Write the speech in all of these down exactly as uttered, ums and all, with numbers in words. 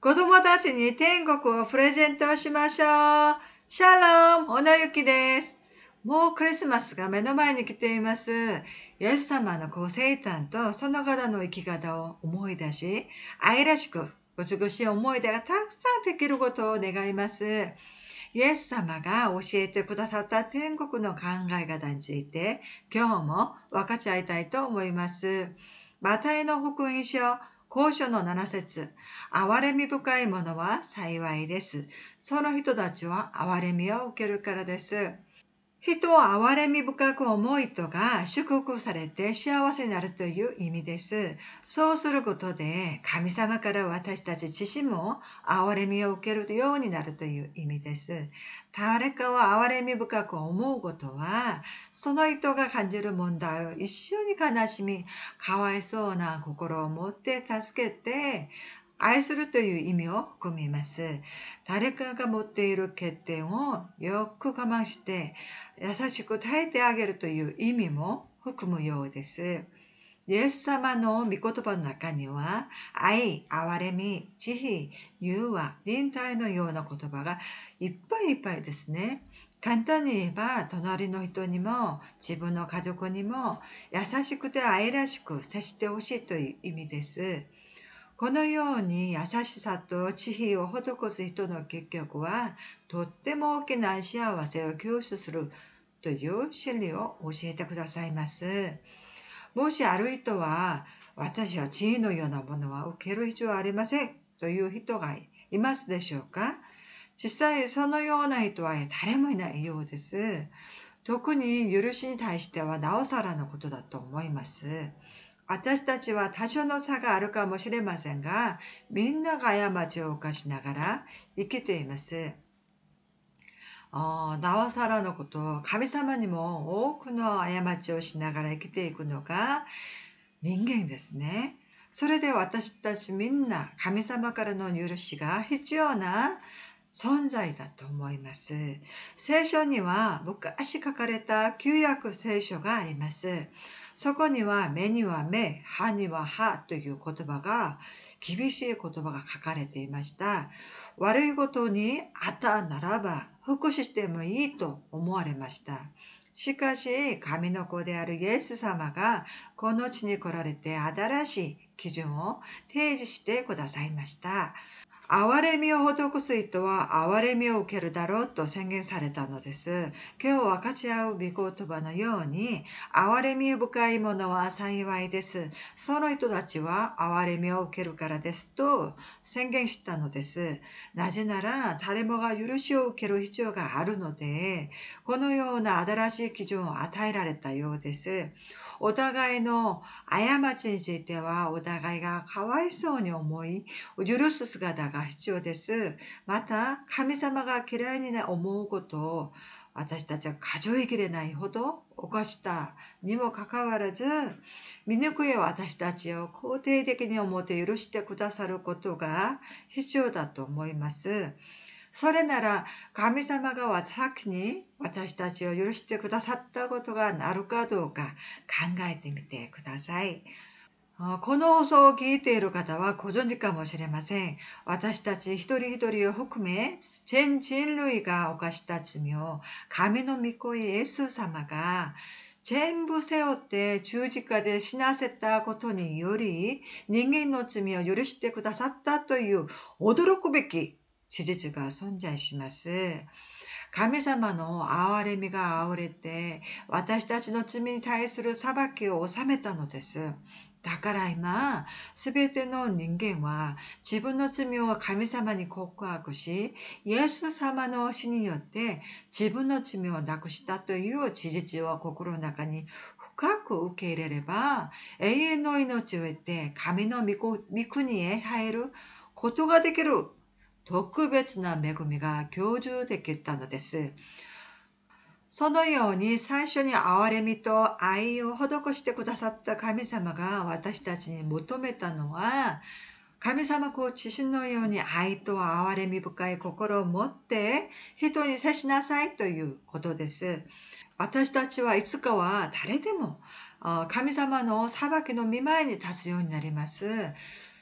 子供たちに天国をプレゼントしましょう。シャローム、小野ゆきです。もうクリスマスが目の前に来ています。イエス様のご生誕とその方の生き方を思い出し、愛らしく美しい思い出がたくさんできることを願います。イエス様が教えてくださった天国の考え方について、今日も分かち合いたいと思います。マタイの福音書後書のなな節、憐れみ深いものは幸いです。その人たちは憐れみを受けるからです。人を憐れみ深く思う人が祝福されて幸せになるという意味です。そうすることで神様から私たち自身も憐れみを受けるようになるという意味です。誰かを憐れみ深く思うことは、その人が感じる問題を一緒に悲しみ、かわいそうな心を持って助けて、愛するという意味を含みます。誰かが持っている欠点をよく我慢して優しく耐えてあげるという意味も含むようです。イエス様の御言葉の中には、愛、憐れみ、慈悲、融和、忍耐のような言葉がいっぱいいっぱいですね。簡単に言えば、隣の人にも自分の家族にも優しくて愛らしく接してほしいという意味です。このように優しさと慈悲を施す人の結局は、とっても大きな幸せを享受するという真理を教えてくださいます。もしある人は、私は地位のようなものは受ける必要はありませんという人がいますでしょうか？実際そのような人は誰もいないようです。特に許しに対してはなおさらのことだと思います。私たちは多少の差があるかもしれませんが、みんなが過ちを犯しながら生きています。あなおさらのこと、神様にも多くの過ちをしながら生きていくのが人間ですね。それで私たちみんな神様からの許しが必要な存在だと思います。聖書には昔書かれた旧約聖書があります。そこには目には目、歯には歯という言葉が、厳しい言葉が書かれていました。悪いことにあったならば福祉してもいいと思われました。しかし、神の子であるイエス様がこの地に来られて新しい基準を提示してくださいました。憐れみを施す人は憐れみを受けるだろうと宣言されたのです。今日分かち合う御言葉のように、憐れみ深いものは幸いです。その人たちは憐れみを受けるからですと宣言したのです。なぜなら誰もが許しを受ける必要があるので、このような新しい基準を与えられたようです。お互いの過ちについてはお互いがかわいそうに思い、許す姿が必要です。また、神様が嫌いに思うことを私たちは数えきれないほど犯したにもかかわらず、醜い私たちを肯定的に思って許してくださることが必要だと思います。それなら神様が先に私たちを許してくださったことがなるかどうか考えてみてください。この放送を聞いている方はご存知かもしれません。私たち一人一人を含め全人類が犯した罪を神の御子イエス様が全部背負って十字架で死なせたことにより人間の罪を許してくださったという驚くべき事実が存在します。神様の憐れみがあふれて私たちの罪に対する裁きを収めたのです。だから今、すべての人間は自分の罪を神様に告白し、イエス様の死によって自分の罪をなくしたという事実を心の中に深く受け入れれば、永遠の命を得て神の御国へ入ることができる特別な恵みが享受できたのです。そのように最初に憐れみと愛を施してくださった神様が私たちに求めたのは、神様ご自身のように愛と憐れみ深い心を持って人に接しなさいということです。私たちはいつかは誰でも神様の裁きの御前に立つようになります。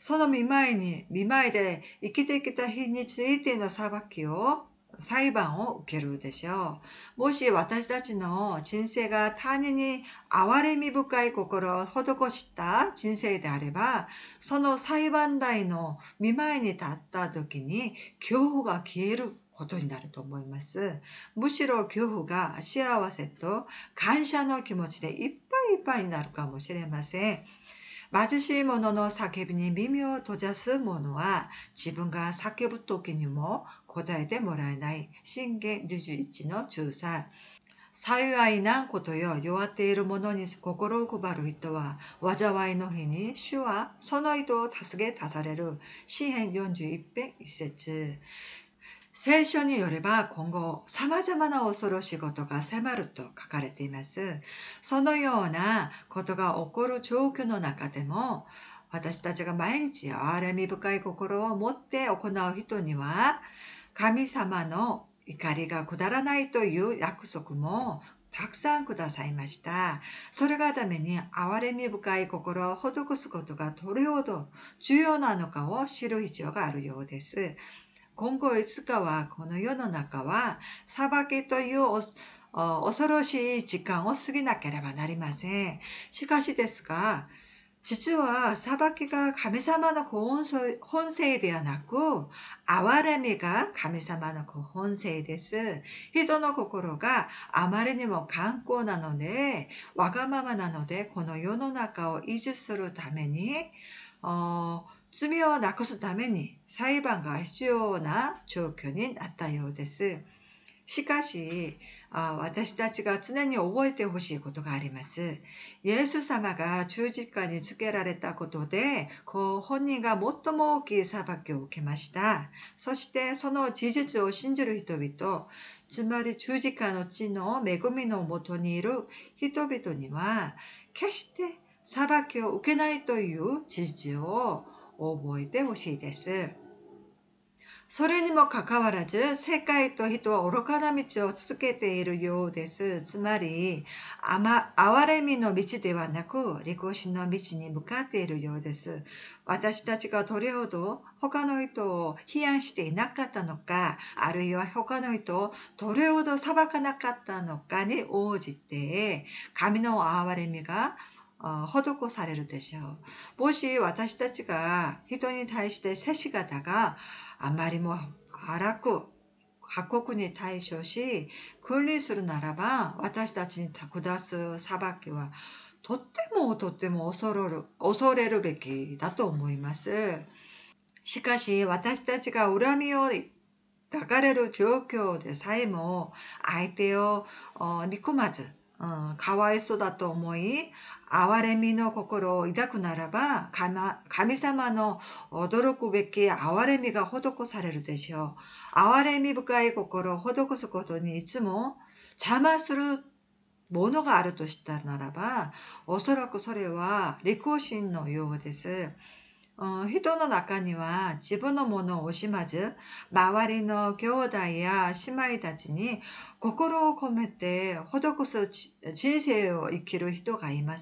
その見舞いに、見舞いで生きてきた日についての裁きを、裁判を受けるでしょう。もし私たちの人生が他人に憐れみ深い心を施した人生であれば、その裁判台の見舞いに立った時に恐怖が消えることになると思います。むしろ恐怖が幸せと感謝の気持ちでいっぱいいっぱいになるかもしれません。貧しい者の叫びに耳を閉ざす者は自分が叫ぶ時にも答えてもらえない。箴言にじゅういちのじゅうさん。幸いなことよ、弱っている者に心を配る人は、災いの日に主はその人を助け出される。詩編よんじゅういち編いち節。聖書によれば今後様々な恐ろしいことが迫ると書かれています。そのようなことが起こる状況の中でも、私たちが毎日憐れみ深い心を持って行う人には、神様の怒りが下らないという約束もたくさんくださいました。それがために憐れみ深い心を施すことがどれほど重要なのかを知る必要があるようです。今後いつかはこの世の中は裁きという恐ろしい時間を過ぎなければなりません。しかしですが、実は裁きが神様の本性ではなく、憐れみが神様の本性です。人の心があまりにも頑固なので、わがままなので、この世の中を維持するために、罪をなくすために裁判が必要な状況になったようです。しかし、私たちが常に覚えてほしいことがあります。イエス様が十字架につけられたことで、こう本人が最も大きい裁きを受けました。そしてその事実を信じる人々、つまり十字架の地の恵みのもとにいる人々には、決して裁きを受けないという事実を覚えてほしいです。それにもかかわらず、世界と人は愚かな道を続けているようです。つまり、あま、憐れみの道ではなく、利己心の道に向かっているようです。私たちがどれほど他の人を批判していなかったのか、あるいは他の人をどれほど裁かなかったのかに応じて、神の憐れみが施されるでしょう。もし私たちが人に対して接し方があまりも荒く過酷に対処し君臨するならば、私たちに下す裁きはとってもとっても恐れる、恐れるべきだと思います。しかし私たちが恨みを抱かれる状況でさえも相手を憎まず、うん、かわいそうだと思い、憐れみの心を抱くならば、神様の驚くべき憐れみが施されるでしょう。憐れみ深い心を施すことにいつも邪魔するものがあるとしたならば、おそらくそれは利己心のようです。人の中には自分のものを惜しまず、周りの兄弟や姉妹たちに心を込めて施す人生を生きる人がいます。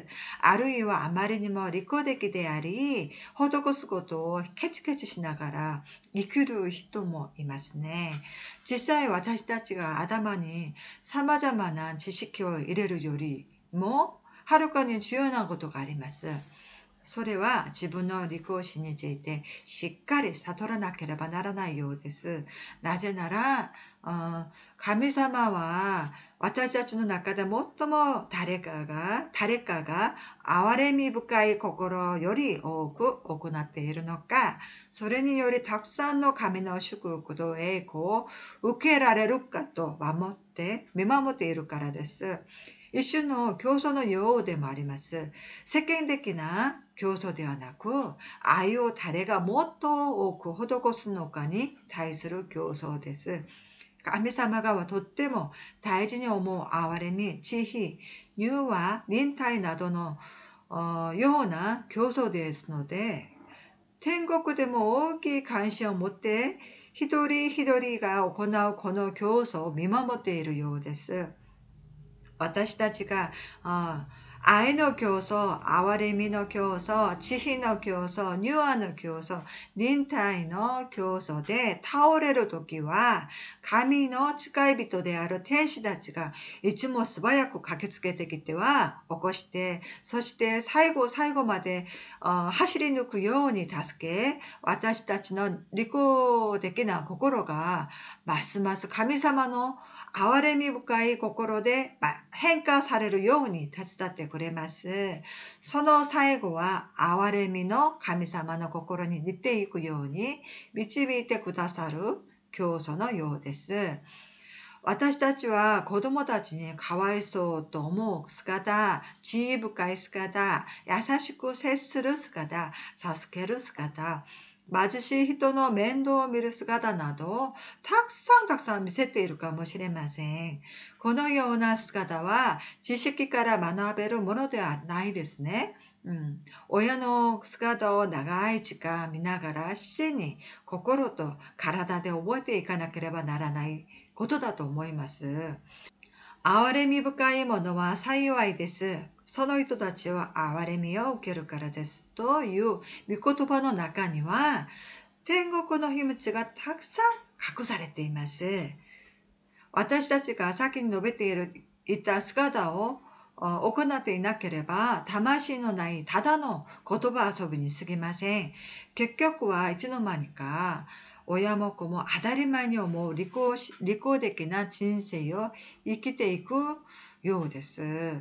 あるいはあまりにも利己的であり、施すことをケチケチしながら生きる人もいますね。実際私たちが頭に様々な知識を入れるよりも、はるかに重要なことがあります。それは自分の利己心についてしっかり悟らなければならないようです。なぜなら、神様は私たちの中で最も誰かが、誰かが憐れみ深い心より多く行っているのか、それによりたくさんの神の祝福と栄光を受けられるかと守って、見守っているからです。一種の競争のようでもあります。世間的な競争ではなく、愛を誰がもっと多く施すのかに対する競争です。神様がとっても大事に思う憐れみ、慈悲、柔和、忍耐などのような競争ですので、天国でも大きい関心を持って一人一人が行うこの競争を見守っているようです。私たちがあ愛の競争、憐れみの競争、慈悲の競争、柔和の競争、忍耐の競争で倒れるときは、神の使い人である天使たちがいつも素早く駆けつけてきては起こして、そして最後最後まで走り抜くように助け、私たちの利己的な心がますます神様の憐れみ深い心で変化されるように手伝ってくれます。その最後は憐れみの神様の心に似ていくように導いてくださる教祖のようです。私たちは子供たちにかわいそうと思う姿、知恵深い姿、優しく接する姿、助ける姿、貧しい人の面倒を見る姿など、たくさんたくさん見せているかもしれません。このような姿は知識から学べるものではないですね。うん、親の姿を長い時間見ながら自然に心と体で覚えていかなければならないことだと思います。憐れみ深いものは幸いです。その人たちは憐れみを受けるからです。という御言葉の中には、天国の秘密がたくさん隠されています。私たちが先に述べているいった姿を行っていなければ、魂のないただの言葉遊びに過ぎません。結局はいつの間にか、親も子も当たり前に思う利己利己的な人生を生きていくようです。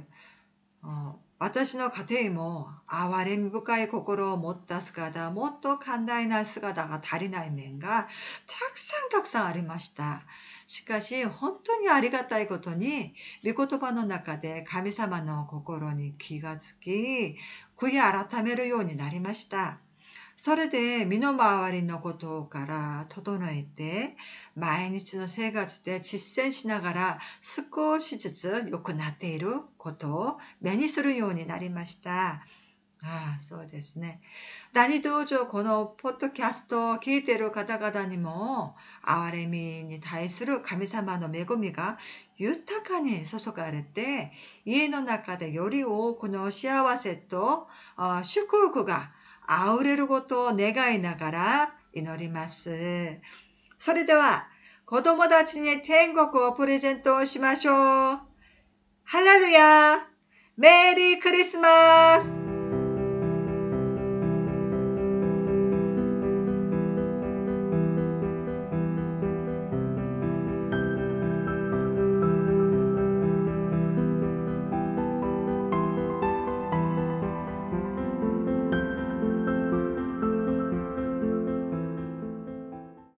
私の家庭も憐れみ深い心を持った姿、もっと寛大な姿が足りない面がたくさんたくさんありました。しかし本当にありがたいことに、御言葉の中で神様の心に気がつき、悔い改めるようになりました。それで身の回りのことから整えて、毎日の生活で実践しながら少しずつ良くなっていることを目にするようになりました。ああ、そうですね。何卒このポッドキャストを聞いている方々にも、憐れみに対する神様の恵みが豊かに注がれて、家の中でより多くの幸せと祝福があふれることを願いながら祈ります。それでは、子供たちに天国をプレゼントしましょう。ハレルヤ！メリークリスマス！